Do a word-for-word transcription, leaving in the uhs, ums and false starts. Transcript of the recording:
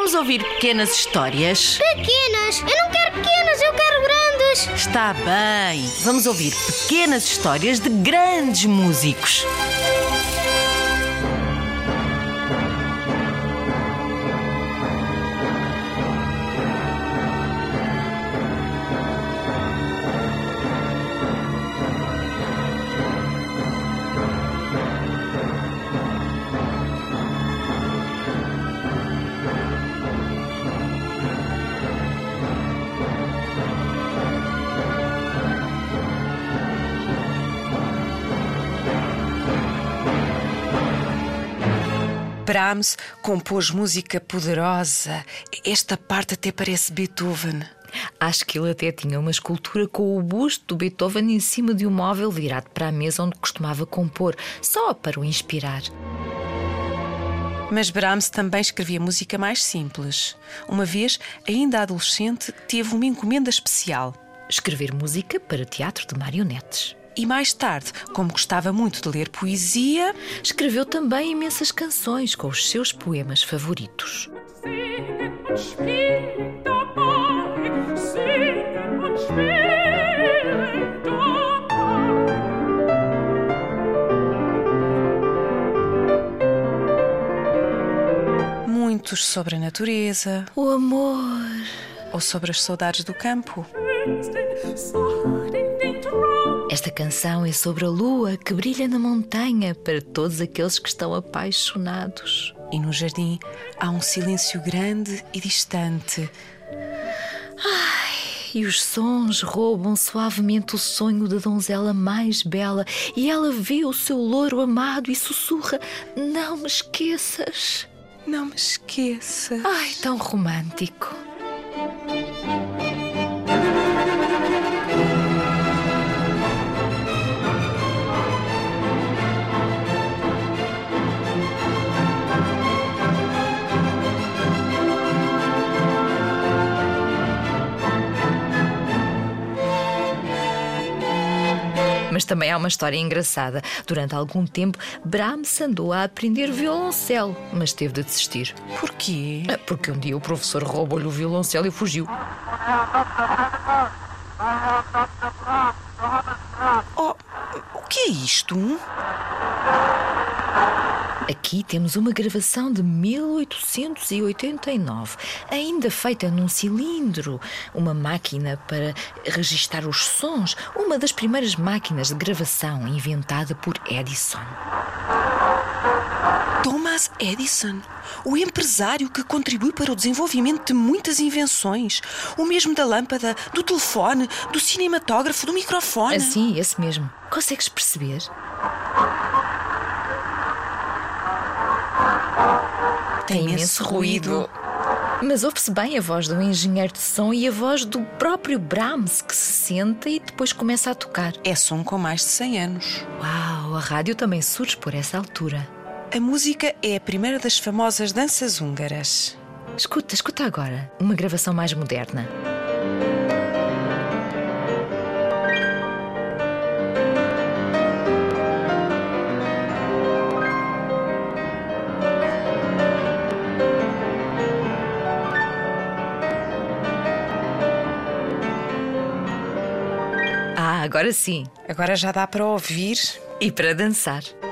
Vamos ouvir pequenas histórias? Pequenas? Eu não quero pequenas, eu quero grandes. Está bem. Vamos ouvir pequenas histórias de grandes músicos. Brahms compôs música poderosa. Esta parte até parece Beethoven. Acho que ele até tinha uma escultura com o busto do Beethoven em cima de um móvel virado para a mesa onde costumava compor, só para o inspirar. Mas Brahms também escrevia música mais simples. Uma vez, ainda adolescente, teve uma encomenda especial: escrever música para teatro de marionetes. E mais tarde, como gostava muito de ler poesia, escreveu também imensas canções com os seus poemas favoritos. Muitos sobre a natureza, o amor, ou sobre as saudades do campo. Esta canção é sobre a lua que brilha na montanha para todos aqueles que estão apaixonados. E no jardim há um silêncio grande e distante. Ai, e os sons roubam suavemente o sonho da donzela mais bela. E ela vê o seu louro amado e sussurra: não me esqueças. Não me esqueças. Ai, tão romântico. Mas também há uma história engraçada. Durante algum tempo, Brahms andou a aprender violoncelo, mas teve de desistir. Porquê? Porque um dia o professor roubou-lhe o violoncelo e fugiu. Oh, o que é isto? Aqui temos uma gravação de mil oitocentos e oitenta e nove, ainda feita num cilindro, uma máquina para registar os sons, uma das primeiras máquinas de gravação inventada por Edison. Thomas Edison, o empresário que contribuiu para o desenvolvimento de muitas invenções, o mesmo da lâmpada, do telefone, do cinematógrafo, do microfone. Assim, esse mesmo. Consegues perceber? Tem imenso ruído. Mas ouve-se bem a voz do engenheiro de som e a voz do próprio Brahms, que se senta e depois começa a tocar. É som com mais de cem anos. Uau, a rádio também surge por essa altura. A música é a primeira das famosas danças húngaras. Escuta, escuta agora, uma gravação mais moderna. Ah, agora sim. Agora já dá para ouvir e para dançar.